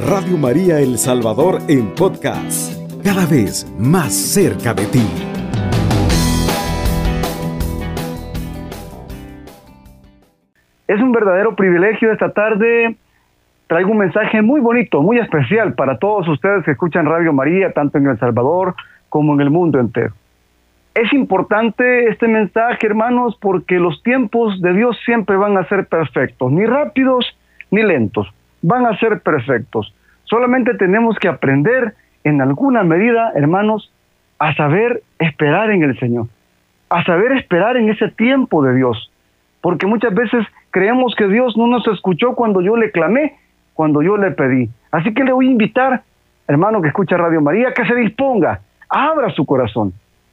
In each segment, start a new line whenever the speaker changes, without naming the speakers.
Radio María El Salvador en podcast, cada vez más cerca de ti.
Es un verdadero privilegio esta tarde. Traigo un mensaje muy bonito, muy especial para todos ustedes que escuchan Radio María, tanto en El Salvador como en el mundo entero. Es importante este mensaje, hermanos, porque los tiempos de Dios siempre van a ser perfectos, ni rápidos ni lentos, van a ser perfectos. Solamente tenemos que aprender en alguna medida, hermanos, a saber esperar en el Señor, a saber esperar en ese tiempo de Dios, porque muchas veces creemos que Dios no nos escuchó cuando yo le clamé, cuando yo le pedí. Así que le voy a invitar, hermano que escucha Radio María, que se disponga, abra su corazón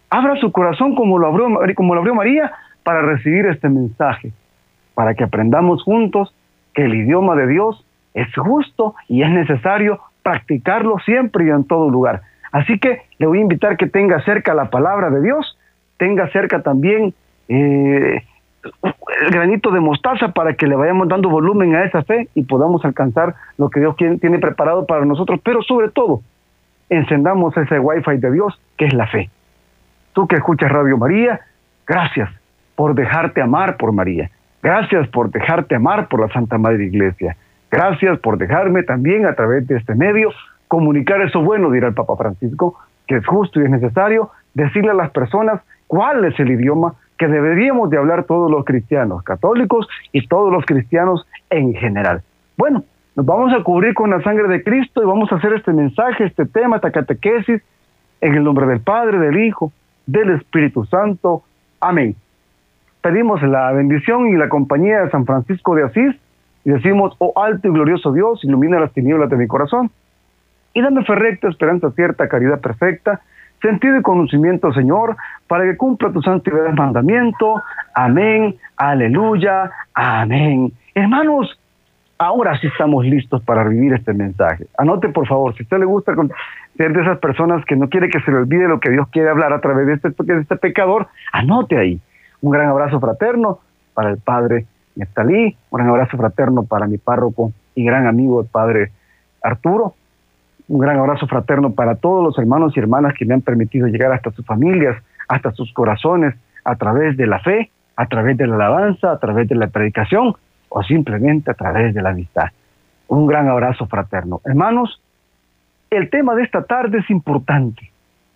como lo abrió María para recibir este mensaje, para que aprendamos juntos que el idioma de Dios es justo y es necesario practicarlo siempre y en todo lugar. Así que le voy a invitar que tenga cerca la palabra de Dios, tenga cerca también el granito de mostaza para que le vayamos dando volumen a esa fe y podamos alcanzar lo que Dios tiene preparado para nosotros, pero sobre todo, encendamos ese wifi de Dios que es la fe. Tú que escuchas Radio María, gracias por dejarte amar por María. Gracias por dejarte amar por la Santa Madre Iglesia. Gracias por dejarme también a través de este medio comunicar eso bueno, dirá el Papa Francisco, que es justo y es necesario decirle a las personas cuál es el idioma que deberíamos de hablar todos los cristianos católicos y todos los cristianos en general. Bueno, nos vamos a cubrir con la sangre de Cristo y vamos a hacer este mensaje, este tema, esta catequesis, en el nombre del Padre, del Hijo, del Espíritu Santo. Amén. Pedimos la bendición y la compañía de San Francisco de Asís y decimos: oh alto y glorioso Dios, ilumina las tinieblas de mi corazón y dame fe recta, esperanza cierta, caridad perfecta, sentido y conocimiento, Señor, para que cumpla tu santo y verdadero mandamiento. Amén, aleluya, amén. Hermanos, ahora sí estamos listos para vivir este mensaje. Anote, por favor, si a usted le gusta ser de esas personas que no quiere que se le olvide lo que Dios quiere hablar a través de este pecador, anote ahí. Un gran abrazo fraterno para el Padre Neftalí, un gran abrazo fraterno para mi párroco y gran amigo, el Padre Arturo. Un gran abrazo fraterno para todos los hermanos y hermanas que me han permitido llegar hasta sus familias, hasta sus corazones, a través de la fe, a través de la alabanza, a través de la predicación o simplemente a través de la amistad. Un gran abrazo fraterno. Hermanos, el tema de esta tarde es importante.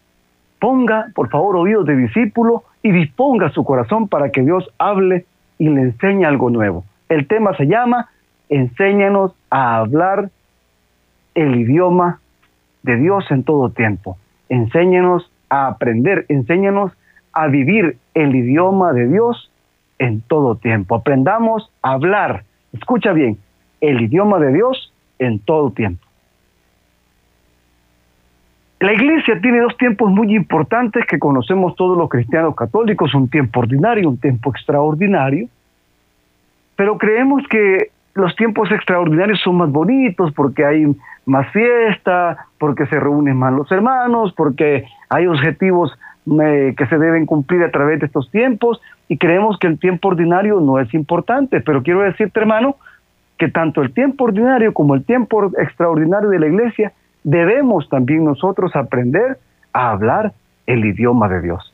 Ponga, por favor, oídos de discípulo y disponga su corazón para que Dios hable y le enseñe algo nuevo. El tema se llama: enséñanos a hablar el idioma de Dios en todo tiempo. Enséñanos a aprender, enséñanos a vivir el idioma de Dios en todo tiempo. Aprendamos a hablar, escucha bien, el idioma de Dios en todo tiempo. La Iglesia tiene dos tiempos muy importantes que conocemos todos los cristianos católicos: un tiempo ordinario, un tiempo extraordinario. Pero creemos que los tiempos extraordinarios son más bonitos porque hay más fiesta, porque se reúnen más los hermanos, porque hay objetivos que se deben cumplir a través de estos tiempos, y creemos que el tiempo ordinario no es importante. Pero quiero decirte, hermano, que tanto el tiempo ordinario como el tiempo extraordinario de la Iglesia debemos también nosotros aprender a hablar el idioma de Dios.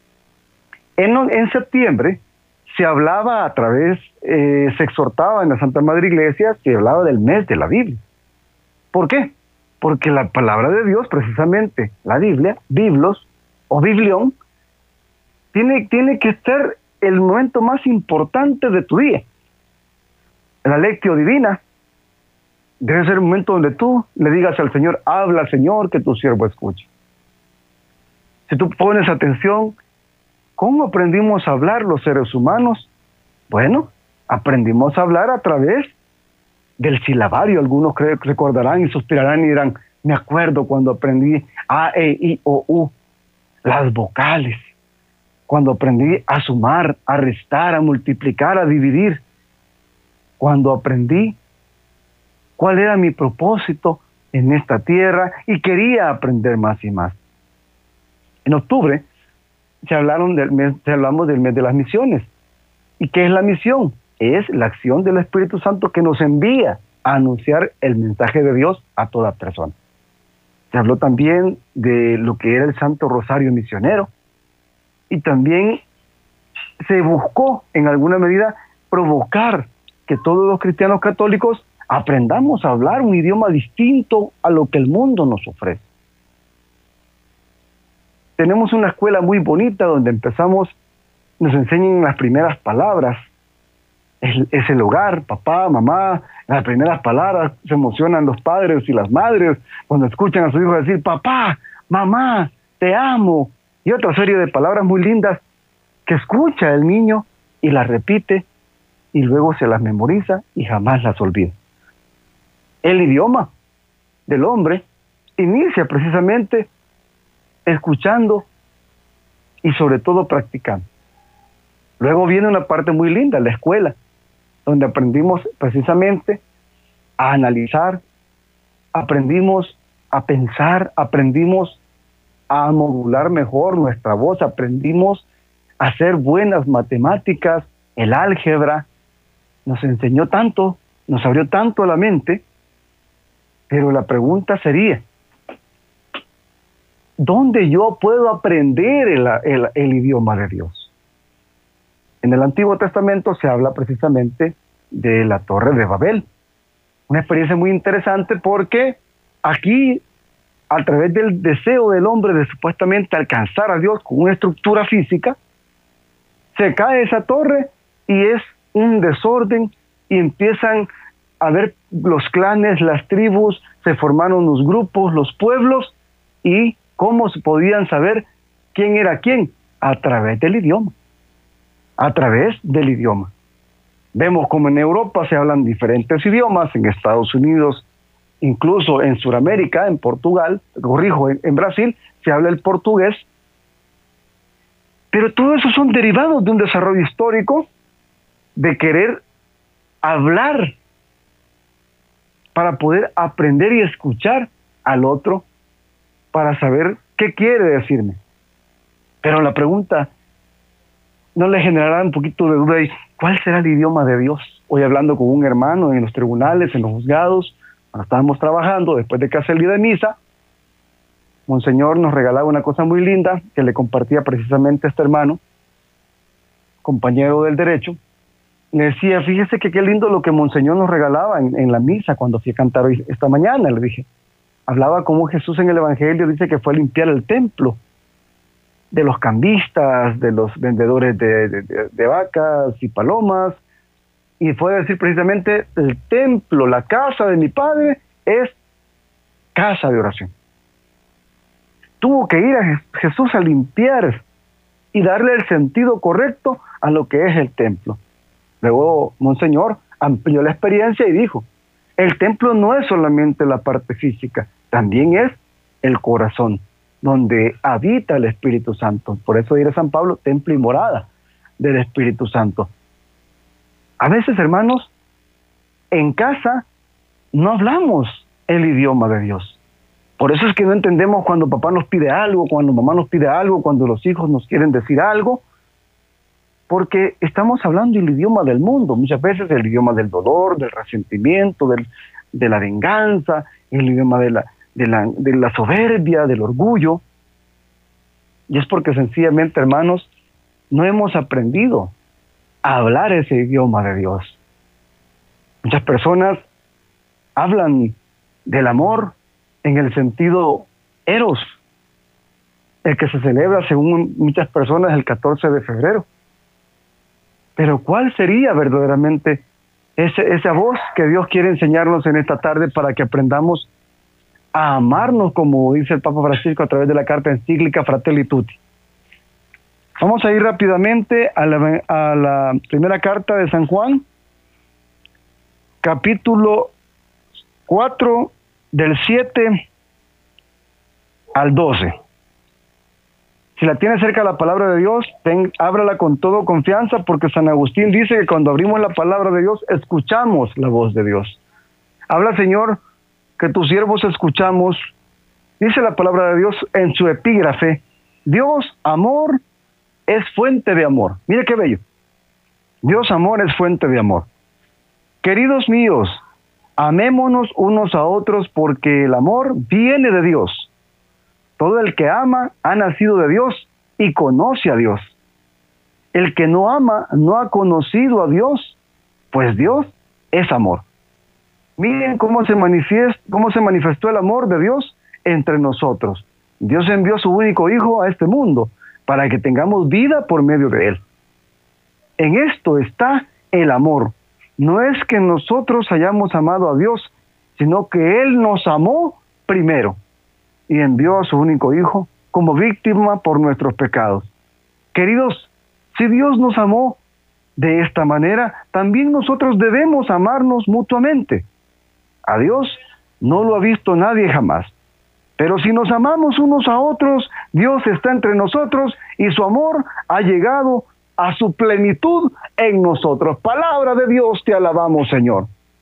En septiembre se hablaba a través, se exhortaba en la Santa Madre Iglesia, se hablaba del mes de la Biblia. ¿Por qué? Porque la palabra de Dios, precisamente la Biblia, biblos o biblión, tiene que ser el momento más importante de tu día. La lectio divina debe ser el momento donde tú le digas al Señor: habla, Señor, que tu siervo escuche. Si tú pones atención, ¿cómo aprendimos a hablar los seres humanos? Bueno, aprendimos a hablar a través del silabario. Algunos recordarán y suspirarán y dirán: me acuerdo cuando aprendí A, E, I, O, U, las vocales. Cuando aprendí a sumar, a restar, a multiplicar, a dividir. Cuando aprendí cuál era mi propósito en esta tierra y quería aprender más y más. En octubre hablamos del mes de las misiones. ¿Y qué es la misión? Es la acción del Espíritu Santo que nos envía a anunciar el mensaje de Dios a toda persona. Se habló también de lo que era el Santo Rosario Misionero, y también se buscó en alguna medida provocar que todos los cristianos católicos aprendamos a hablar un idioma distinto a lo que el mundo nos ofrece. Tenemos una escuela muy bonita donde nos enseñan las primeras palabras. Es el hogar, papá, mamá, las primeras palabras. Se emocionan los padres y las madres cuando escuchan a sus hijos decir papá, mamá, te amo, y otra serie de palabras muy lindas que escucha el niño y las repite y luego se las memoriza y jamás las olvida. El idioma del hombre inicia precisamente escuchando y sobre todo practicando. Luego viene una parte muy linda, la escuela, donde aprendimos precisamente a analizar, aprendimos a pensar, aprendimos a modular mejor nuestra voz, aprendimos a hacer buenas matemáticas, el álgebra, nos enseñó tanto, nos abrió tanto la mente, pero la pregunta sería, ¿dónde yo puedo aprender el idioma de Dios? En el Antiguo Testamento se habla precisamente de la Torre de Babel. Una experiencia muy interesante porque aquí, a través del deseo del hombre de supuestamente alcanzar a Dios con una estructura física, se cae esa torre y es un desorden y empiezan a ver los clanes, las tribus, se formaron los grupos, los pueblos, y ¿cómo se podían saber quién era quién? A través del idioma. A través del idioma. Vemos como en Europa se hablan diferentes idiomas, en Estados Unidos, incluso en Sudamérica, en Portugal, en Brasil, se habla el portugués. Pero todo eso son derivados de un desarrollo histórico de querer hablar para poder aprender y escuchar al otro para saber qué quiere decirme. Pero la pregunta no le generará un poquito de duda y ¿cuál será el idioma de Dios? Hoy hablando con un hermano en los tribunales, en los juzgados, cuando estábamos trabajando, después de que hace el día de misa, Monseñor nos regalaba una cosa muy linda que le compartía precisamente a este hermano, compañero del derecho. Le decía, fíjese que qué lindo lo que Monseñor nos regalaba en la misa cuando fui a cantar hoy, esta mañana, le dije. Hablaba como Jesús en el Evangelio dice que fue a limpiar el templo de los cambistas, de los vendedores de vacas y palomas, y fue a decir precisamente, el templo, la casa de mi padre es casa de oración. Tuvo que ir a Jesús a limpiar y darle el sentido correcto a lo que es el templo. Luego Monseñor amplió la experiencia y dijo, el templo no es solamente la parte física, también es el corazón, donde habita el Espíritu Santo. Por eso dirá San Pablo, templo y morada del Espíritu Santo. A veces, hermanos, en casa no hablamos el idioma de Dios. Por eso es que no entendemos cuando papá nos pide algo, cuando mamá nos pide algo, cuando los hijos nos quieren decir algo, porque estamos hablando el idioma del mundo, muchas veces el idioma del dolor, del resentimiento, de la venganza, el idioma de la soberbia, del orgullo. Y es porque sencillamente, hermanos, no hemos aprendido a hablar ese idioma de Dios. Muchas personas hablan del amor en el sentido eros, el que se celebra según muchas personas el 14 de febrero. Pero ¿cuál sería verdaderamente esa voz que Dios quiere enseñarnos en esta tarde para que aprendamos a amarnos, como dice el Papa Francisco a través de la carta encíclica Fratelli Tutti? Vamos a ir rápidamente a la primera carta de San Juan, capítulo 4, del 7 al 12. Si la tiene cerca la palabra de Dios, ábrala con toda confianza, porque San Agustín dice que cuando abrimos la palabra de Dios, escuchamos la voz de Dios. Habla, Señor, que tus siervos escuchamos. Dice la palabra de Dios en su epígrafe, Dios, amor, es fuente de amor. Mire qué bello. Dios, amor, es fuente de amor. Queridos míos, Amémonos unos a otros porque el amor viene de Dios. Todo el que ama ha nacido de Dios y conoce a Dios. El que no ama no ha conocido a Dios, pues Dios es amor. Miren cómo se manifestó el amor de Dios entre nosotros. Dios envió a su único Hijo a este mundo para que tengamos vida por medio de Él. En esto está el amor. No es que nosotros hayamos amado a Dios, sino que Él nos amó primero y envió a su único Hijo como víctima por nuestros pecados. Queridos, si Dios nos amó de esta manera, también nosotros debemos amarnos mutuamente. A Dios no lo ha visto nadie jamás. Pero si nos amamos unos a otros, Dios está entre nosotros y su amor ha llegado a su plenitud en nosotros. Palabra de Dios, te alabamos, Señor.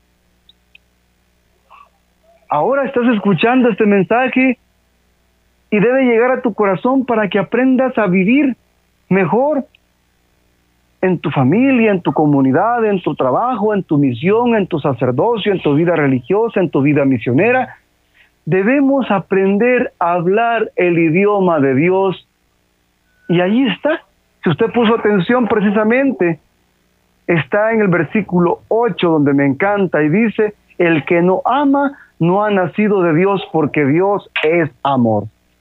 Ahora estás escuchando este mensaje y debe llegar a tu corazón para que aprendas a vivir mejor en tu familia, en tu comunidad, en tu trabajo, en tu misión, en tu sacerdocio, en tu vida religiosa, en tu vida misionera. Debemos aprender a hablar el idioma de Dios. Y ahí está. Si usted puso atención precisamente, está en el versículo 8 donde me encanta y dice, el que no ama no ha nacido de Dios porque Dios es amor.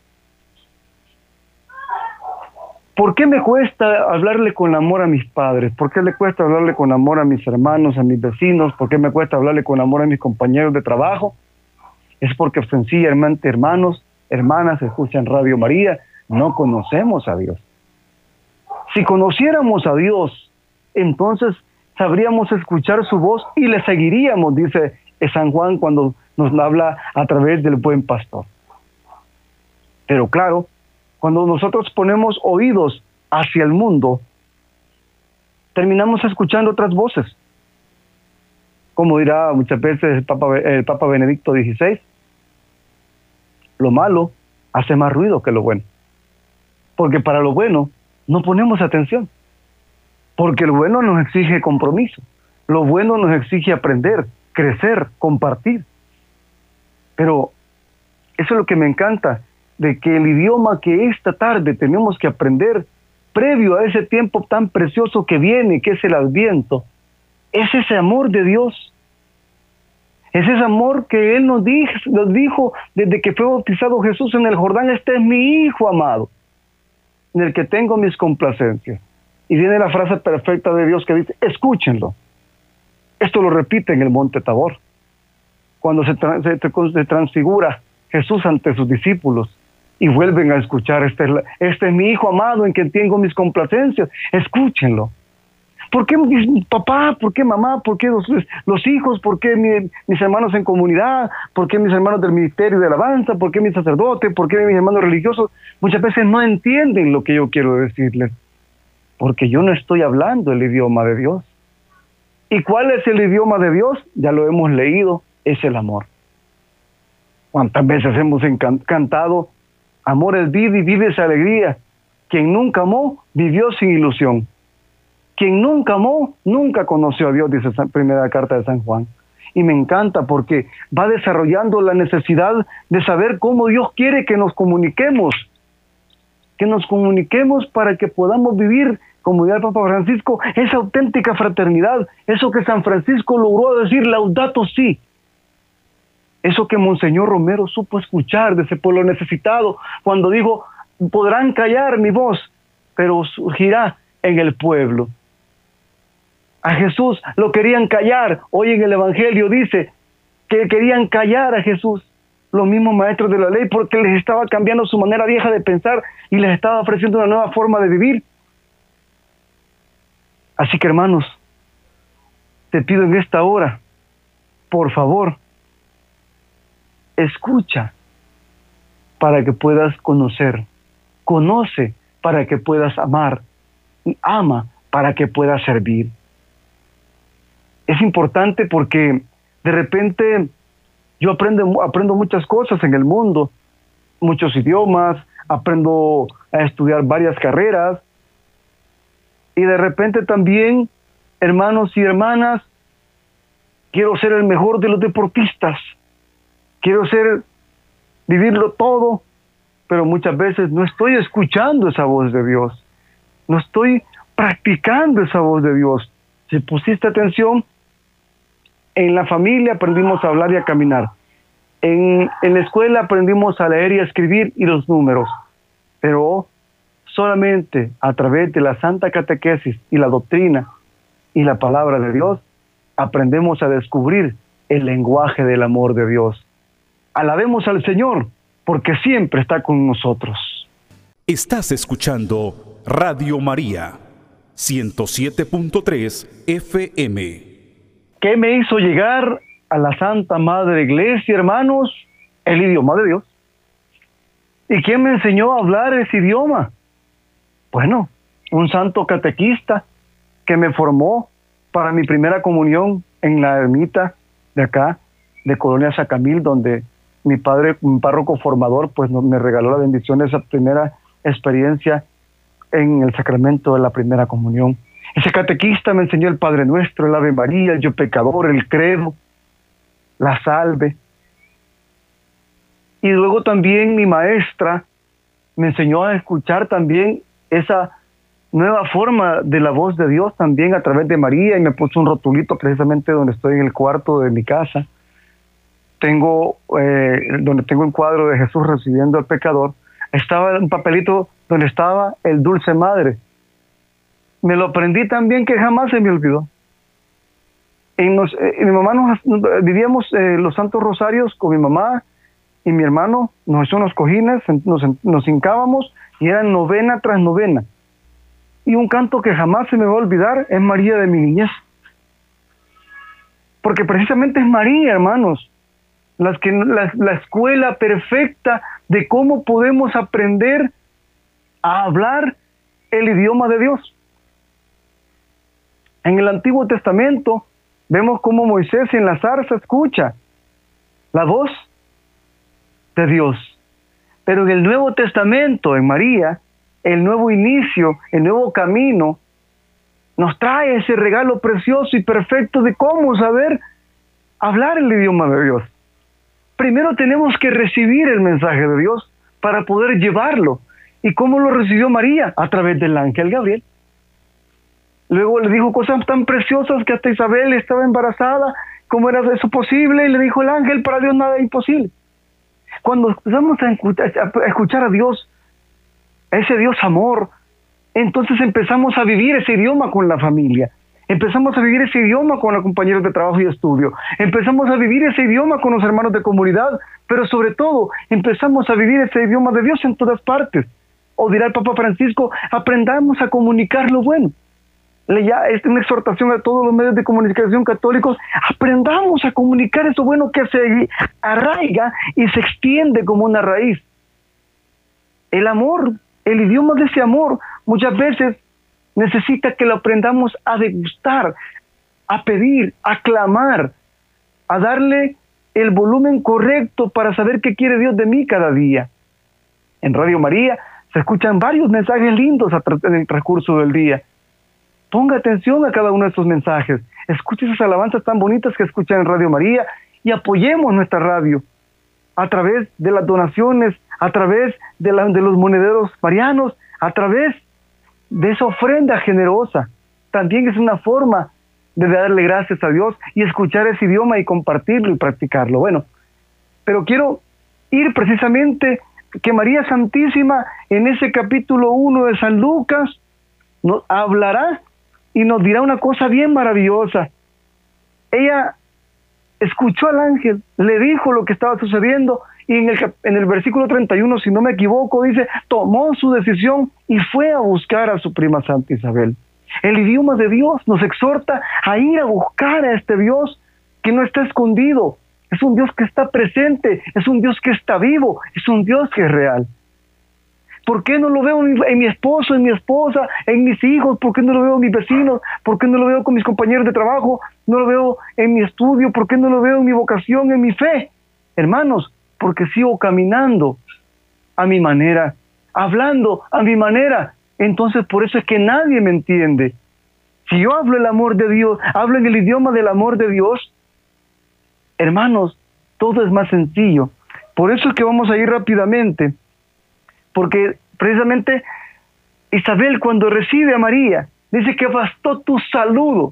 ¿Por qué me cuesta hablarle con amor a mis padres? ¿Por qué le cuesta hablarle con amor a mis hermanos, a mis vecinos? ¿Por qué me cuesta hablarle con amor a mis compañeros de trabajo? Es porque sencillamente, hermanos, hermanas, escuchan Radio María, no conocemos a Dios. Si conociéramos a Dios, entonces sabríamos escuchar su voz y le seguiríamos, dice San Juan cuando nos habla a través del buen pastor. Pero claro, cuando nosotros ponemos oídos hacia el mundo, terminamos escuchando otras voces. Como dirá muchas veces el Papa Benedicto XVI, lo malo hace más ruido que lo bueno. Porque para lo bueno no ponemos atención. Porque lo bueno nos exige compromiso. Lo bueno nos exige aprender, crecer, compartir. Pero eso es lo que me encanta, de que el idioma que esta tarde tenemos que aprender, previo a ese tiempo tan precioso que viene, que es el Adviento, es ese amor de Dios. Es ese amor que Él nos dijo desde que fue bautizado Jesús en el Jordán. Este es mi Hijo amado, en el que tengo mis complacencias. Y viene la frase perfecta de Dios que dice, escúchenlo. Esto lo repite en el Monte Tabor, cuando se transfigura Jesús ante sus discípulos y vuelven a escuchar, este es mi Hijo amado en quien tengo mis complacencias. Escúchenlo. ¿Por qué papá? ¿Por qué mamá? ¿Por qué los hijos? ¿Por qué mis hermanos en comunidad? ¿Por qué mis hermanos del ministerio de alabanza? ¿Por qué mis sacerdotes? ¿Por qué mis hermanos religiosos? Muchas veces no entienden lo que yo quiero decirles, porque yo no estoy hablando el idioma de Dios. ¿Y cuál es el idioma de Dios? Ya lo hemos leído, es el amor. ¿Cuántas veces hemos cantado, amor es vida y vive esa alegría? Quien nunca amó, vivió sin ilusión. Quien nunca amó, nunca conoció a Dios, dice la primera carta de San Juan. Y me encanta porque va desarrollando la necesidad de saber cómo Dios quiere que nos comuniquemos. Que nos comuniquemos para que podamos vivir, como diría el Papa Francisco, esa auténtica fraternidad. Eso que San Francisco logró decir, Laudato Si. Eso que Monseñor Romero supo escuchar de ese pueblo necesitado, cuando dijo, podrán callar mi voz, pero surgirá en el pueblo. A Jesús lo querían callar. Hoy en el Evangelio dice que querían callar a Jesús, los mismos maestros de la ley, porque les estaba cambiando su manera vieja de pensar y les estaba ofreciendo una nueva forma de vivir. Así que, hermanos, te pido en esta hora, por favor, escucha para que puedas conocer, conoce para que puedas amar, y ama para que puedas servir. Es importante porque de repente yo aprendo muchas cosas en el mundo, muchos idiomas, aprendo a estudiar varias carreras, y de repente también, hermanos y hermanas, quiero ser el mejor de los deportistas, quiero vivirlo todo, pero muchas veces no estoy escuchando esa voz de Dios, no estoy practicando esa voz de Dios. Si pusiste atención, en la familia aprendimos a hablar y a caminar, en la escuela aprendimos a leer y a escribir y los números, pero solamente a través de la Santa Catequesis y la doctrina y la palabra de Dios aprendemos a descubrir el lenguaje del amor de Dios. Alabemos al Señor, porque siempre está con nosotros.
Estás escuchando Radio María, 107.3 FM.
¿Qué me hizo llegar a la Santa Madre Iglesia, hermanos? El idioma de Dios. ¿Y quién me enseñó a hablar ese idioma? Bueno, un santo catequista que me formó para mi primera comunión en la ermita de acá, de Colonia Sacamil, donde mi padre, un párroco formador, pues me regaló la bendición de esa primera experiencia en el sacramento de la primera comunión. Ese catequista me enseñó el Padre Nuestro, el Ave María, el Yo Pecador, el Credo, la Salve. Y luego también mi maestra me enseñó a escuchar también esa nueva forma de la voz de Dios también a través de María, y me puso un rotulito precisamente donde estoy en el cuarto de mi casa. Donde tengo un cuadro de Jesús recibiendo al pecador, estaba un papelito donde estaba el Dulce Madre. Me lo aprendí también, que jamás se me olvidó. Mi mamá vivíamos los Santos Rosarios con mi mamá y mi hermano, nos hizo unos cojines, nos hincábamos y eran novena tras novena. Y un canto que jamás se me va a olvidar es María de mi niñez. Porque precisamente es María, hermanos, la escuela perfecta de cómo podemos aprender a hablar el idioma de Dios. En el Antiguo Testamento vemos cómo Moisés en la zarza escucha la voz de Dios. Pero en el Nuevo Testamento, en María, el nuevo inicio, el nuevo camino, nos trae ese regalo precioso y perfecto de cómo saber hablar el idioma de Dios. Primero tenemos que recibir el mensaje de Dios para poder llevarlo. ¿Y cómo lo recibió María? A través del ángel Gabriel. Luego le dijo cosas tan preciosas que hasta Isabel estaba embarazada. ¿Cómo era eso posible? Y le dijo el ángel: para Dios nada es imposible. Cuando empezamos a escuchar a Dios, a ese Dios amor, entonces empezamos a vivir ese idioma con la familia. Empezamos a vivir ese idioma con los compañeros de trabajo y estudio. Empezamos a vivir ese idioma con los hermanos de comunidad. Pero sobre todo, empezamos a vivir ese idioma de Dios en todas partes. O dirá el Papa Francisco: aprendamos a comunicar lo bueno. Ya es una exhortación a todos los medios de comunicación católicos: aprendamos a comunicar eso bueno que se arraiga y se extiende como una raíz. El amor, el idioma de ese amor, muchas veces necesita que lo aprendamos a degustar, a pedir, a clamar, a darle el volumen correcto para saber qué quiere Dios de mí cada día. En Radio María se escuchan varios mensajes lindos en el transcurso del día. Ponga atención a cada uno de estos mensajes. Escuche esas alabanzas tan bonitas que escuchan en Radio María y apoyemos nuestra radio a través de las donaciones, a través de los monederos marianos, a través de esa ofrenda generosa. También es una forma de darle gracias a Dios y escuchar ese idioma y compartirlo y practicarlo. Bueno, pero quiero ir precisamente que María Santísima en ese capítulo 1 de San Lucas nos hablará y nos dirá una cosa bien maravillosa. Ella escuchó al ángel, le dijo lo que estaba sucediendo, y en el versículo 31, si no me equivoco, dice: tomó su decisión y fue a buscar a su prima Santa Isabel. El idioma de Dios nos exhorta a ir a buscar a este Dios que no está escondido. Es un Dios que está presente, es un Dios que está vivo, es un Dios que es real. ¿Por qué no lo veo en mi esposo, en mi esposa, en mis hijos? ¿Por qué no lo veo en mis vecinos? ¿Por qué no lo veo con mis compañeros de trabajo? ¿No lo veo en mi estudio? ¿Por qué no lo veo en mi vocación, en mi fe? Hermanos, porque sigo caminando a mi manera, hablando a mi manera. Entonces por eso es que nadie me entiende. Si yo hablo el amor de Dios, hablo en el idioma del amor de Dios, Hermanos, todo es más sencillo. Por eso es que vamos a ir rápidamente, porque precisamente Isabel, cuando recibe a María, dice que bastó tu saludo.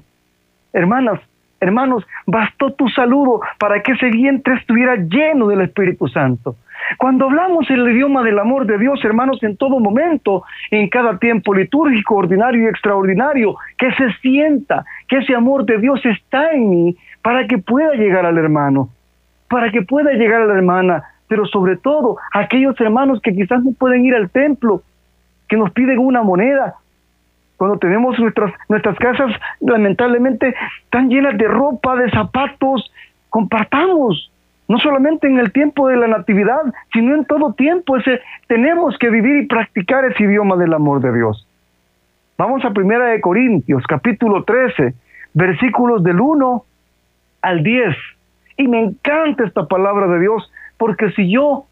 Hermanos, bastó tu saludo para que ese vientre estuviera lleno del Espíritu Santo. Cuando hablamos el idioma del amor de Dios, hermanos, en todo momento, en cada tiempo litúrgico, ordinario y extraordinario, que se sienta que ese amor de Dios está en mí para que pueda llegar al hermano, para que pueda llegar a la hermana, pero sobre todo a aquellos hermanos que quizás no pueden ir al templo, que nos piden una moneda. Cuando tenemos nuestras casas, lamentablemente, tan llenas de ropa, de zapatos, compartamos. No solamente en el tiempo de la Natividad, sino en todo tiempo. Tenemos que vivir y practicar ese idioma del amor de Dios. Vamos a 1 Corintios, capítulo 13, versículos del 1 al 10. Y me encanta esta palabra de Dios, porque si yo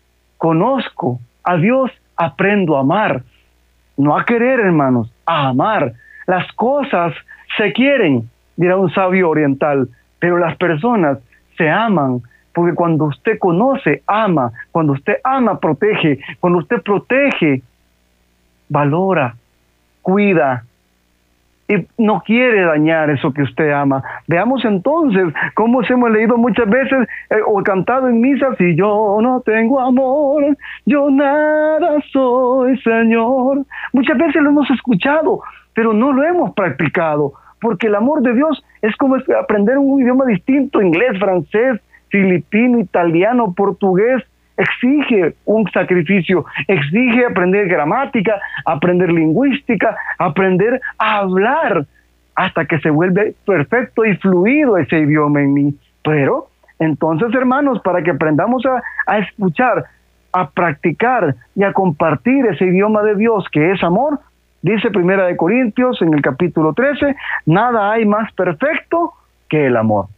conozco a Dios, aprendo a amar. No a querer, hermanos, a amar. Las cosas se quieren, dirá un sabio oriental, pero las personas se aman, porque cuando usted conoce, ama. Cuando usted ama, protege. Cuando usted protege, valora, cuida y no quiere dañar eso que usted ama. Veamos entonces cómo hemos leído muchas veces o cantado en misa: si yo no tengo amor, yo nada soy, Señor. Muchas veces lo hemos escuchado, pero no lo hemos practicado, porque el amor de Dios es como aprender un idioma distinto: inglés, francés, filipino, italiano, portugués. Exige un sacrificio, exige aprender gramática, aprender lingüística, aprender a hablar, hasta que se vuelve perfecto y fluido ese idioma en mí. Pero, entonces, hermanos, para que aprendamos a escuchar, a practicar y a compartir ese idioma de Dios que es amor, dice 1 Corintios en el capítulo 13, nada hay más perfecto que el amor.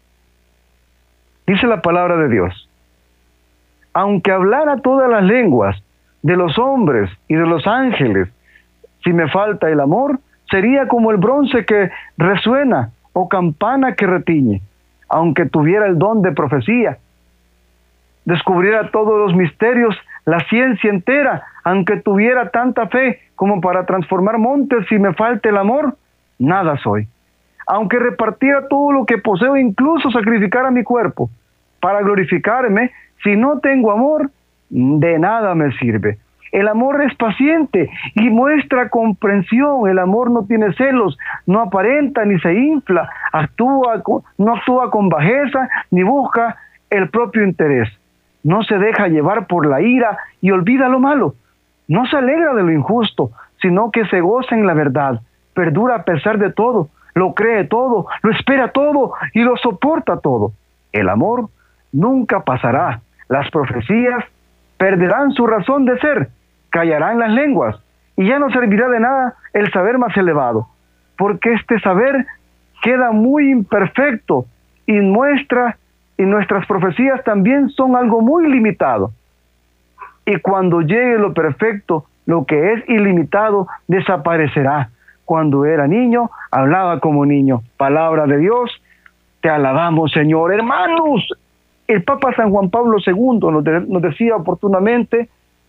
Dice la palabra de Dios: aunque hablara todas las lenguas de los hombres y de los ángeles, si me falta el amor, sería como el bronce que resuena o campana que retiñe. Aunque tuviera el don de profecía, descubriera todos los misterios, la ciencia entera, aunque tuviera tanta fe como para transformar montes, si me falta el amor, nada soy. Aunque repartiera todo lo que poseo, incluso sacrificara mi cuerpo para glorificarme, si no tengo amor, de nada me sirve. El amor es paciente y muestra comprensión. El amor no tiene celos, no aparenta ni se infla, no actúa con bajeza ni busca el propio interés. No se deja llevar por la ira y olvida lo malo. No se alegra de lo injusto, sino que se goza en la verdad. Perdura a pesar de todo, lo cree todo, lo espera todo y lo soporta todo. El amor nunca pasará. Las profecías perderán su razón de ser, callarán las lenguas, y ya no servirá de nada el saber más elevado, porque este saber queda muy imperfecto y nuestras profecías también son algo muy limitado. Y cuando llegue lo perfecto, lo que es ilimitado desaparecerá. Cuando era niño, hablaba como niño. Palabra de Dios, te alabamos, Señor. Hermanos, el Papa San Juan Pablo II nos decía oportunamente: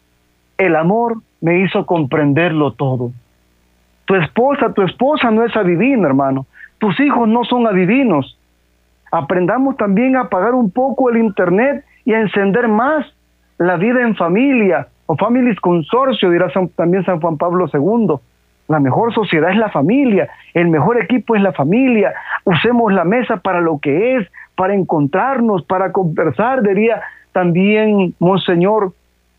el amor me hizo comprenderlo todo. Tu esposa no es adivina, hermano. Tus hijos no son adivinos. Aprendamos también a apagar un poco el internet y a encender más la vida en familia, o families consorcio, dirá también San Juan Pablo II. La mejor sociedad es la familia, el mejor equipo es la familia. Usemos la mesa para lo que es, para encontrarnos, para conversar, diría también Monseñor.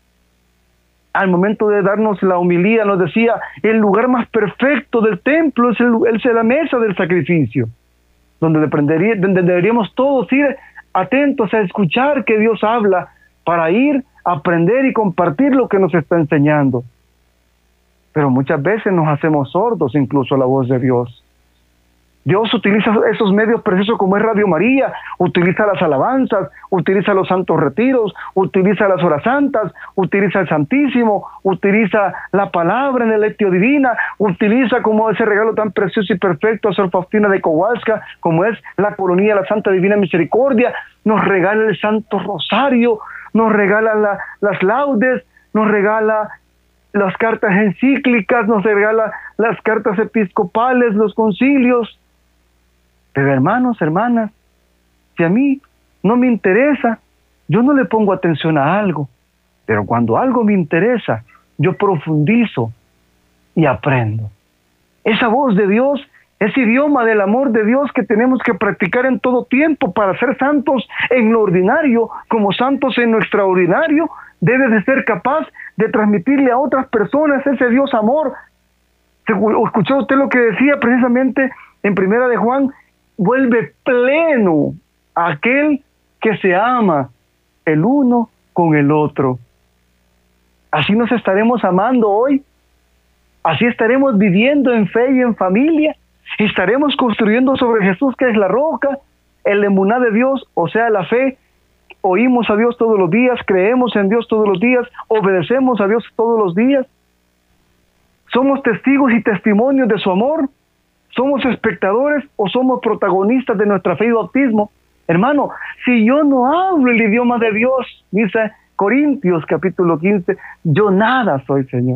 Al momento de darnos la homilía nos decía: el lugar más perfecto del templo es la mesa del sacrificio, donde deberíamos todos ir atentos a escuchar que Dios habla, para ir a aprender y compartir lo que nos está enseñando. Pero muchas veces nos hacemos sordos incluso a la voz de Dios. Dios utiliza esos medios preciosos como es Radio María, utiliza las alabanzas, utiliza los santos retiros, utiliza las horas santas, utiliza el Santísimo, utiliza la palabra en el Lectio Divina, utiliza como ese regalo tan precioso y perfecto a Sor Faustina de Kowalska, como es la coronilla de la Santa Divina Misericordia, nos regala el Santo Rosario, nos regala las laudes, nos regala las cartas encíclicas, nos regala las cartas episcopales, los concilios. Pero hermanos, hermanas, si a mí no me interesa, yo no le pongo atención a algo, pero cuando algo me interesa, yo profundizo y aprendo. Esa voz de Dios, ese idioma del amor de Dios que tenemos que practicar en todo tiempo para ser santos en lo ordinario, como santos en lo extraordinario, debe de ser capaz de transmitirle a otras personas ese Dios amor. ¿Escuchó usted lo que decía precisamente en Primera de Juan? Vuelve pleno aquel que se ama el uno con el otro. Así nos estaremos amando hoy. Así estaremos viviendo en fe y en familia. Estaremos construyendo sobre Jesús, que es la roca, el emuná de Dios, o sea, la fe. Oímos a Dios todos los días, creemos en Dios todos los días, obedecemos a Dios todos los días. Somos testigos y testimonios de su amor. ¿Somos espectadores o somos protagonistas de nuestra fe y bautismo? Hermano, si yo no hablo el idioma de Dios, dice Corintios capítulo 15, yo nada soy, Señor.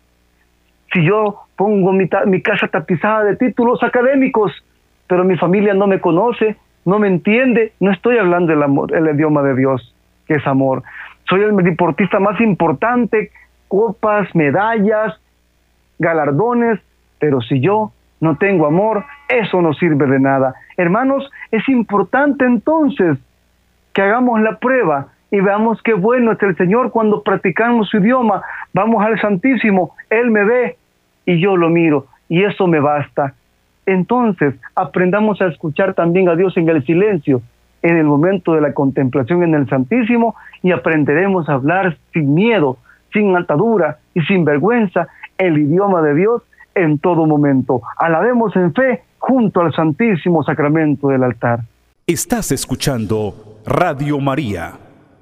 Si yo pongo mi casa tapizada de títulos académicos, pero mi familia no me conoce, no me entiende, no estoy hablando el idioma de Dios, que es amor. Soy el deportista más importante, copas, medallas, galardones, pero si yo no tengo amor, eso no sirve de nada. Hermanos, es importante entonces que hagamos la prueba y veamos qué bueno es el Señor cuando practicamos su idioma. Vamos al Santísimo, Él me ve y yo lo miro, y eso me basta. Entonces, aprendamos a escuchar también a Dios en el silencio, en el momento de la contemplación en el Santísimo, y aprenderemos a hablar sin miedo, sin atadura y sin vergüenza el idioma de Dios en todo momento. Alabemos en fe junto al Santísimo Sacramento del altar.
Estás escuchando Radio María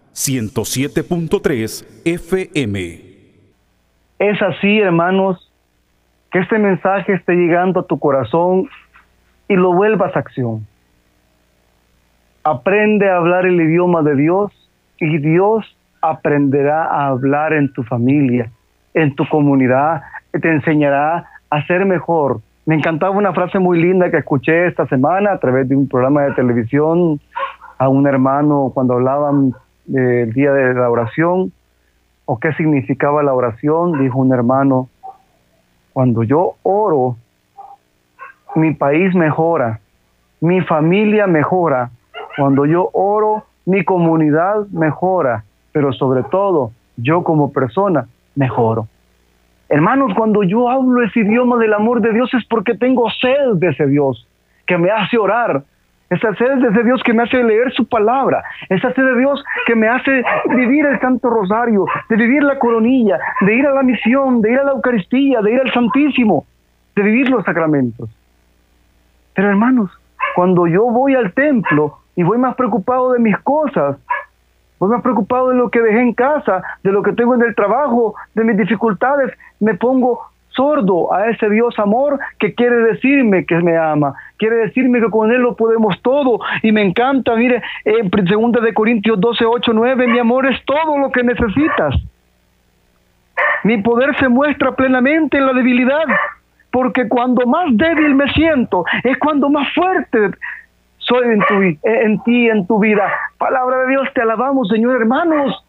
107.3 FM.
Es así, hermanos, que este mensaje esté llegando a tu corazón y lo vuelvas a acción. Aprende a hablar el idioma de Dios y Dios aprenderá a hablar en tu familia, en tu comunidad, te enseñará a ser mejor. Me encantaba una frase muy linda que escuché esta semana a través de un programa de televisión a un hermano cuando hablaban del día de la oración o qué significaba la oración. Dijo un hermano: cuando yo oro, mi país mejora, mi familia mejora. Cuando yo oro, mi comunidad mejora, pero sobre todo, yo como persona mejoro. Hermanos, cuando yo hablo ese idioma del amor de Dios es porque tengo sed de ese Dios que me hace orar, esa sed de ese Dios que me hace leer su palabra, esa sed de Dios que me hace vivir el Santo Rosario, de vivir la coronilla, de ir a la misión, de ir a la Eucaristía, de ir al Santísimo, de vivir los sacramentos. Pero hermanos, cuando yo voy al templo y voy más preocupado de mis cosas, voy más preocupado de lo que dejé en casa, de lo que tengo en el trabajo, de mis dificultades, me pongo sordo a ese Dios amor que quiere decirme que me ama, quiere decirme que con Él lo podemos todo, y me encanta. Mire, en 2 de Corintios 12, 8, 9, mi amor es todo lo que necesitas. Mi poder se muestra plenamente en la debilidad, porque cuando más débil me siento, es cuando más fuerte soy en ti, en tu vida. Palabra de Dios, te alabamos, Señor. Hermanos,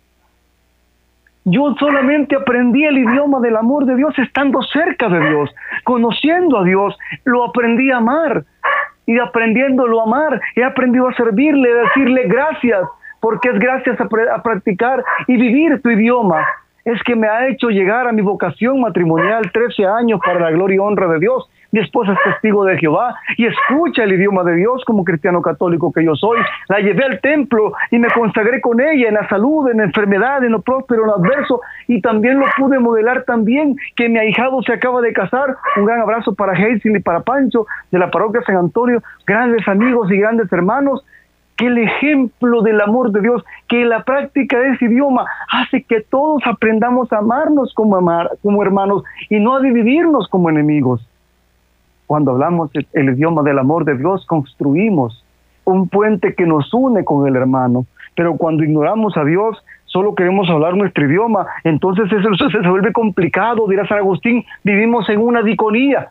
yo solamente aprendí el idioma del amor de Dios estando cerca de Dios, conociendo a Dios. Lo aprendí a amar, y aprendiéndolo a amar, he aprendido a servirle, a decirle gracias, porque es gracias a practicar y vivir tu idioma. es que me ha hecho llegar a mi vocación matrimonial 13 años para la gloria y honra de Dios. Mi esposa es testigo de Jehová y escucha el idioma de Dios como cristiano católico que yo soy. La llevé al templo y me consagré con ella en la salud, en la enfermedad, en lo próspero, en lo adverso, y también lo pude modelar también, que mi ahijado se acaba de casar. Un gran abrazo para Hazel y para Pancho de la parroquia San Antonio, grandes amigos y grandes hermanos. Que el ejemplo del amor de Dios, que la práctica de ese idioma hace que todos aprendamos a amarnos como hermanos y no a dividirnos como enemigos. Cuando hablamos el idioma del amor de Dios, construimos un puente que nos une con el hermano. Pero cuando ignoramos a Dios, solo queremos hablar nuestro idioma, entonces eso se vuelve complicado, dirá San Agustín, vivimos en una dicotomía.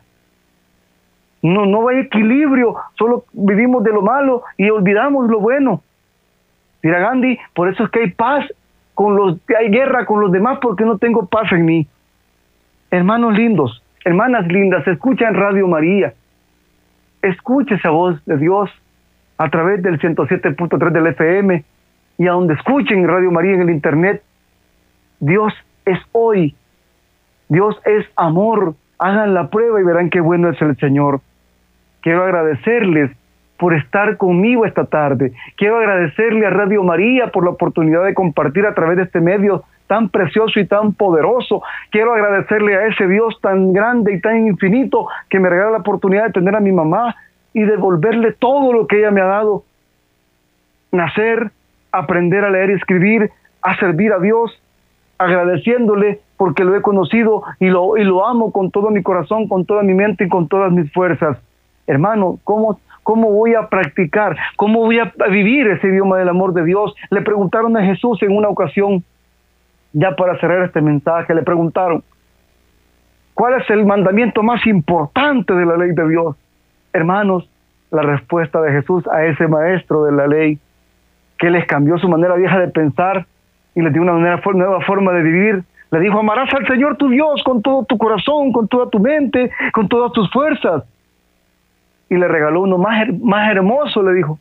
No hay equilibrio, solo vivimos de lo malo y olvidamos lo bueno. Dirá Gandhi, por eso es que hay paz hay guerra con los demás, porque no tengo paz en mí. Hermanos lindos, hermanas lindas, escuchan Radio María. Escuche esa voz de Dios a través del 107.3 del FM y a donde escuchen Radio María en el internet. Dios es hoy. Dios es amor. Hagan la prueba y verán qué bueno es el Señor. Quiero agradecerles por estar conmigo esta tarde. Quiero agradecerle a Radio María por la oportunidad de compartir a través de este medio tan precioso y tan poderoso. Quiero agradecerle a ese Dios tan grande y tan infinito que me regala la oportunidad de tener a mi mamá y devolverle todo lo que ella me ha dado. Nacer, aprender a leer y escribir, a servir a Dios, agradeciéndole porque lo he conocido y lo amo con todo mi corazón, con toda mi mente y con todas mis fuerzas. Hermano, ¿cómo voy a practicar? ¿Cómo voy a vivir ese idioma del amor de Dios? Le preguntaron a Jesús en una ocasión, ya para cerrar este mensaje, le preguntaron, ¿cuál es el mandamiento más importante de la ley de Dios? Hermanos, la respuesta de Jesús a ese maestro de la ley, que les cambió su manera vieja de pensar y les dio una nueva forma de vivir, le dijo, amarás al Señor tu Dios con todo tu corazón, con toda tu mente, con todas tus fuerzas. Y le regaló uno más hermoso, le dijo.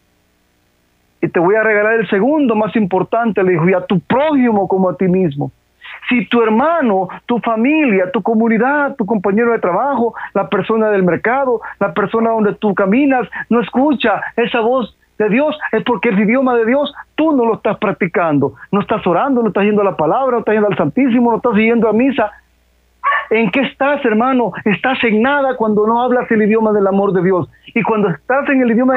Y te voy a regalar el segundo más importante, le dijo, y a tu prójimo como a ti mismo. Si tu hermano, tu familia, tu comunidad, tu compañero de trabajo, la persona del mercado, la persona donde tú caminas, no escucha esa voz de Dios, es porque el idioma de Dios tú no lo estás practicando. No estás orando, no estás yendo a la palabra, no estás yendo al Santísimo, no estás yendo a misa. ¿En qué estás, hermano? Estás en nada cuando no hablas el idioma del amor de Dios. Y cuando estás en el idioma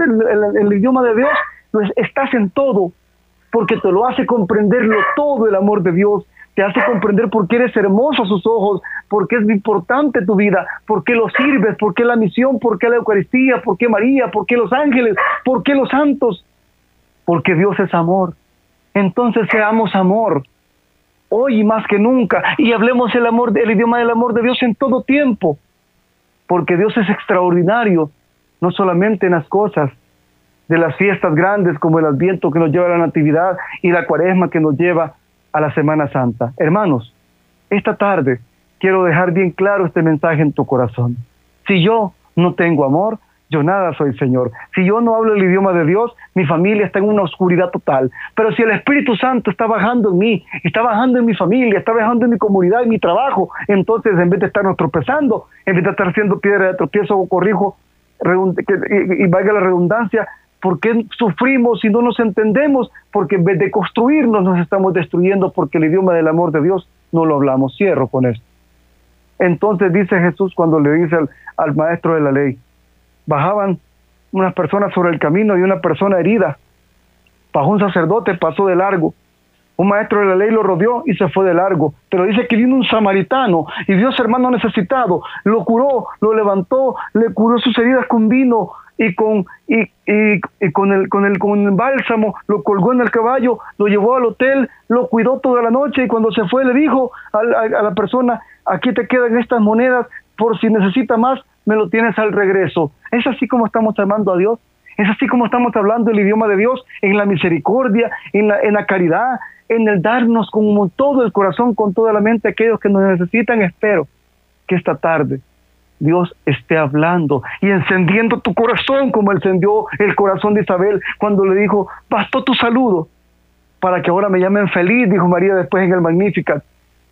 el idioma de Dios, pues estás en todo, porque te lo hace comprenderlo todo el amor de Dios. Te hace comprender por qué eres hermoso a sus ojos, por qué es importante tu vida, por qué lo sirves, por qué la misión, por qué la Eucaristía, por qué María, por qué los ángeles, por qué los santos. Porque Dios es amor. Entonces seamos amor. Hoy más que nunca, y hablemos el idioma del amor de Dios en todo tiempo, porque Dios es extraordinario, no solamente en las cosas de las fiestas grandes como el Adviento que nos lleva a la Natividad y la Cuaresma que nos lleva a la Semana Santa. Hermanos, esta tarde quiero dejar bien claro este mensaje en tu corazón. Si yo no tengo amor, yo nada soy, Señor. Si yo no hablo el idioma de Dios, mi familia está en una oscuridad total. Pero si el Espíritu Santo está bajando en mí, está bajando en mi familia, está bajando en mi comunidad, en mi trabajo, entonces en vez de estarnos tropezando, en vez de estar haciendo piedra de tropiezo o corrijo, y valga la redundancia, ¿por qué sufrimos si no nos entendemos? Porque en vez de construirnos nos estamos destruyendo, porque el idioma del amor de Dios no lo hablamos. Cierro con esto. Entonces dice Jesús cuando le dice al maestro de la ley, bajaban unas personas sobre el camino y una persona herida. Bajó un sacerdote, pasó de largo. Un maestro de la ley lo rodeó y se fue de largo. Pero dice que vino un samaritano y vio a su hermano necesitado, lo curó, lo levantó, le curó sus heridas con vino y con el bálsamo, lo colgó en el caballo, lo llevó al hotel, lo cuidó toda la noche y cuando se fue le dijo a la persona, aquí te quedan estas monedas, por si necesita más, me lo tienes al regreso. Es así como estamos amando a Dios, es así como estamos hablando el idioma de Dios, en la misericordia, en la caridad, en el darnos con todo el corazón, con toda la mente a aquellos que nos necesitan. Espero que esta tarde Dios esté hablando y encendiendo tu corazón como encendió el corazón de Isabel cuando le dijo, bastó tu saludo para que ahora me llamen feliz, dijo María después en el Magnificat.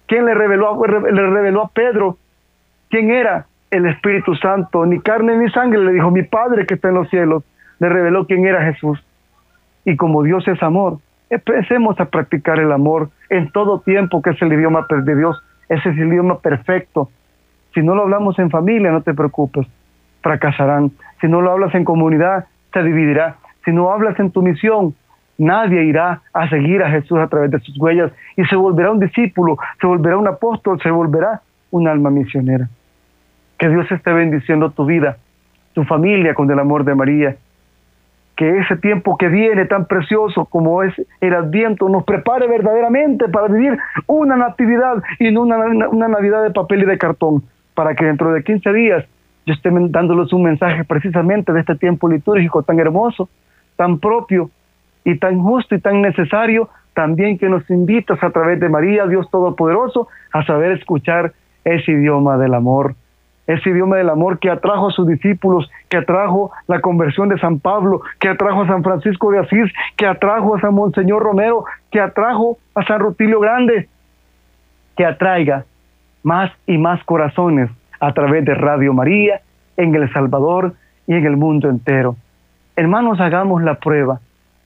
¿Quién le reveló a Pedro quién era? El Espíritu Santo. Ni carne ni sangre, le dijo mi Padre que está en los cielos. Le reveló quién era Jesús. Y como Dios es amor, empecemos a practicar el amor en todo tiempo, que es el idioma de Dios. Ese es el idioma perfecto. Si no lo hablamos en familia, no te preocupes, fracasarán. Si no lo hablas en comunidad, se dividirá. Si no hablas en tu misión, nadie irá a seguir a Jesús a través de sus huellas y se volverá un discípulo, se volverá un apóstol, se volverá un alma misionera. Que Dios esté bendiciendo tu vida, tu familia con el amor de María. Que ese tiempo que viene tan precioso como es el Adviento nos prepare verdaderamente para vivir una natividad y no una Navidad de papel y de cartón, para que dentro de 15 días yo esté dándoles un mensaje precisamente de este tiempo litúrgico tan hermoso, tan propio y tan justo y tan necesario, también que nos invitas a través de María, Dios Todopoderoso, a saber escuchar ese idioma del amor. Ese idioma del amor que atrajo a sus discípulos, que atrajo la conversión de San Pablo, que atrajo a San Francisco de Asís, que atrajo a San Monseñor Romero, que atrajo a San Rutilio Grande, que atraiga más y más corazones a través de Radio María, en El Salvador y en el mundo entero. Hermanos, hagamos la prueba,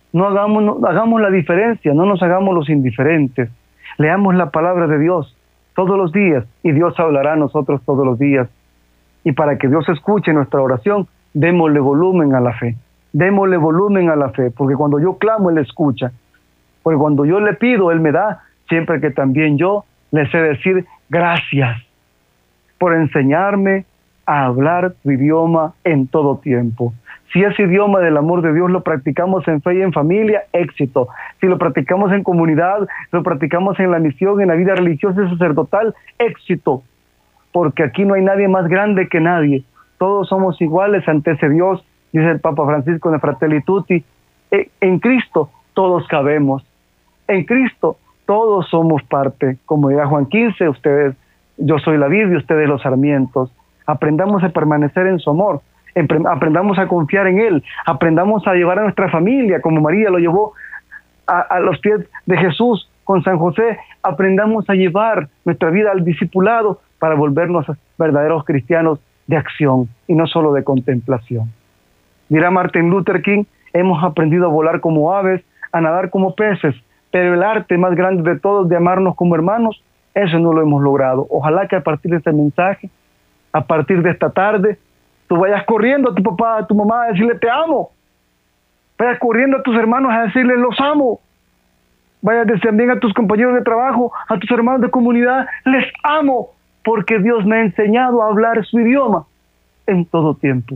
hagamos la diferencia, no nos hagamos los indiferentes. Leamos la palabra de Dios todos los días y Dios hablará a nosotros todos los días. Y para que Dios escuche nuestra oración, démosle volumen a la fe. Démosle volumen a la fe, porque cuando yo clamo, Él escucha. Porque cuando yo le pido, Él me da, siempre que también yo le sé decir gracias por enseñarme a hablar tu idioma en todo tiempo. Si ese idioma del amor de Dios lo practicamos en fe y en familia, éxito. Si lo practicamos en comunidad, lo practicamos en la misión, en la vida religiosa y sacerdotal, éxito. Porque aquí no hay nadie más grande que nadie. Todos somos iguales ante ese Dios, dice el Papa Francisco en Fratelli Tutti. En Cristo todos cabemos. En Cristo todos somos parte. Como dirá Juan 15, ustedes, yo soy la vid y ustedes los sarmientos. Aprendamos a permanecer en su amor. Aprendamos a confiar en Él. Aprendamos a llevar a nuestra familia, como María lo llevó a los pies de Jesús con San José. Aprendamos a llevar nuestra vida al discipulado para volvernos verdaderos cristianos de acción y no solo de contemplación. Dirá Martin Luther King, hemos aprendido a volar como aves, a nadar como peces, pero el arte más grande de todos de amarnos como hermanos, eso no lo hemos logrado. Ojalá que a partir de este mensaje, a partir de esta tarde, tú vayas corriendo a tu papá, a tu mamá a decirle te amo. Vayas corriendo a tus hermanos a decirles los amo. Vayas también a tus compañeros de trabajo, a tus hermanos de comunidad, les amo. Porque Dios me ha enseñado a hablar su idioma en todo tiempo.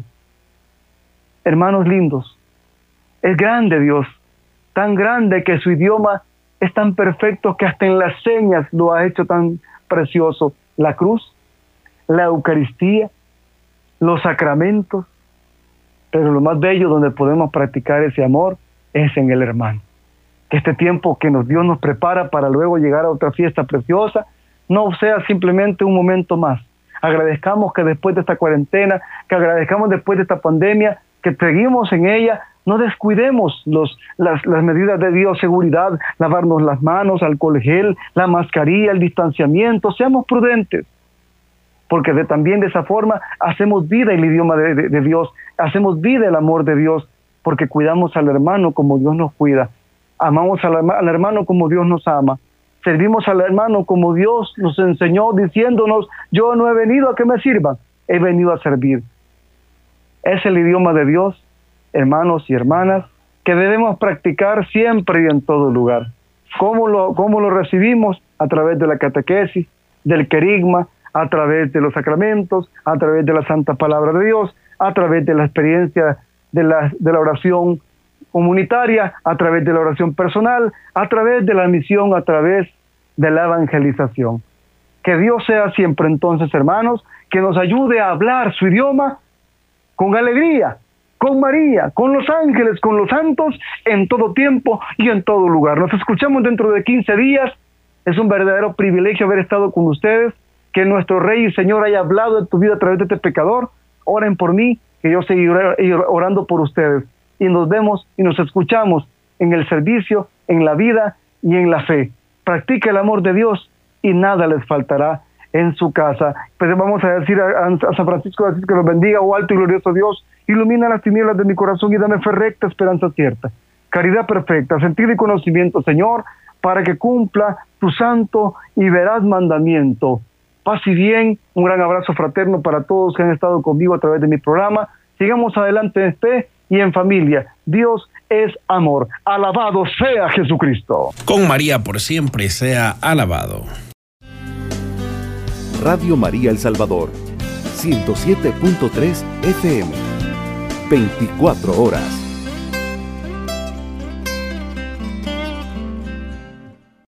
Hermanos lindos, es grande Dios, tan grande que su idioma es tan perfecto que hasta en las señas lo ha hecho tan precioso. La cruz, la Eucaristía, los sacramentos, pero lo más bello donde podemos practicar ese amor es en el hermano. Que este tiempo que Dios nos prepara para luego llegar a otra fiesta preciosa, no sea simplemente un momento más. Agradezcamos que después de esta cuarentena, que agradezcamos después de esta pandemia, que seguimos en ella, no descuidemos las medidas de bioseguridad, lavarnos las manos, alcohol gel, la mascarilla, el distanciamiento, seamos prudentes, porque también de esa forma hacemos vida el idioma de Dios, hacemos vida el amor de Dios, porque cuidamos al hermano como Dios nos cuida, amamos al hermano como Dios nos ama, servimos al hermano como Dios nos enseñó, diciéndonos, yo no he venido a que me sirvan, he venido a servir. Es el idioma de Dios, hermanos y hermanas, que debemos practicar siempre y en todo lugar. ¿Cómo lo recibimos? A través de la catequesis, del querigma, a través de los sacramentos, a través de la santa palabra de Dios, a través de la experiencia de la oración comunitaria, a través de la oración personal, a través de la misión, a través de la evangelización. Que Dios sea siempre entonces, hermanos, que nos ayude a hablar su idioma con alegría, con María, con los ángeles, con los santos, en todo tiempo y en todo lugar. Nos escuchamos dentro de 15 días. Es un verdadero privilegio haber estado con ustedes, que nuestro Rey y Señor haya hablado de tu vida a través de este pecador. Oren por mí, que yo seguiré orando por ustedes. Y nos vemos y nos escuchamos en el servicio, en la vida y en la fe. Practica el amor de Dios y nada les faltará en su casa. Pues vamos a decir a San Francisco de Asís que los bendiga, oh alto y glorioso Dios, ilumina las tinieblas de mi corazón y dame fe recta, esperanza cierta, caridad perfecta, sentido y conocimiento, Señor, para que cumpla tu santo y veraz mandamiento. Paz y bien, un gran abrazo fraterno para todos que han estado conmigo a través de mi programa. Sigamos adelante en fe y en familia. Dios es amor. Alabado sea Jesucristo.
Con María por siempre sea alabado.
Radio María El Salvador, 107.3 FM, 24 horas.